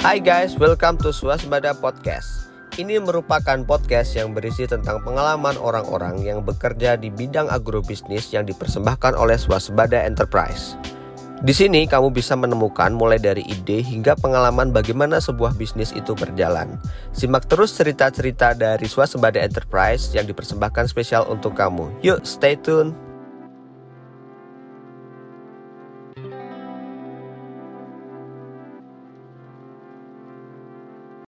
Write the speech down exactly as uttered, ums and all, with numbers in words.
Hai guys, welcome to Swasembada Podcast. Ini merupakan podcast yang berisi tentang pengalaman orang-orang yang bekerja di bidang agrobisnis yang dipersembahkan oleh Swasembada Enterprise. Di sini kamu bisa menemukan mulai dari ide hingga pengalaman bagaimana sebuah bisnis itu berjalan. Simak terus cerita-cerita dari Swasembada Enterprise yang dipersembahkan spesial untuk kamu. Yuk, stay tune!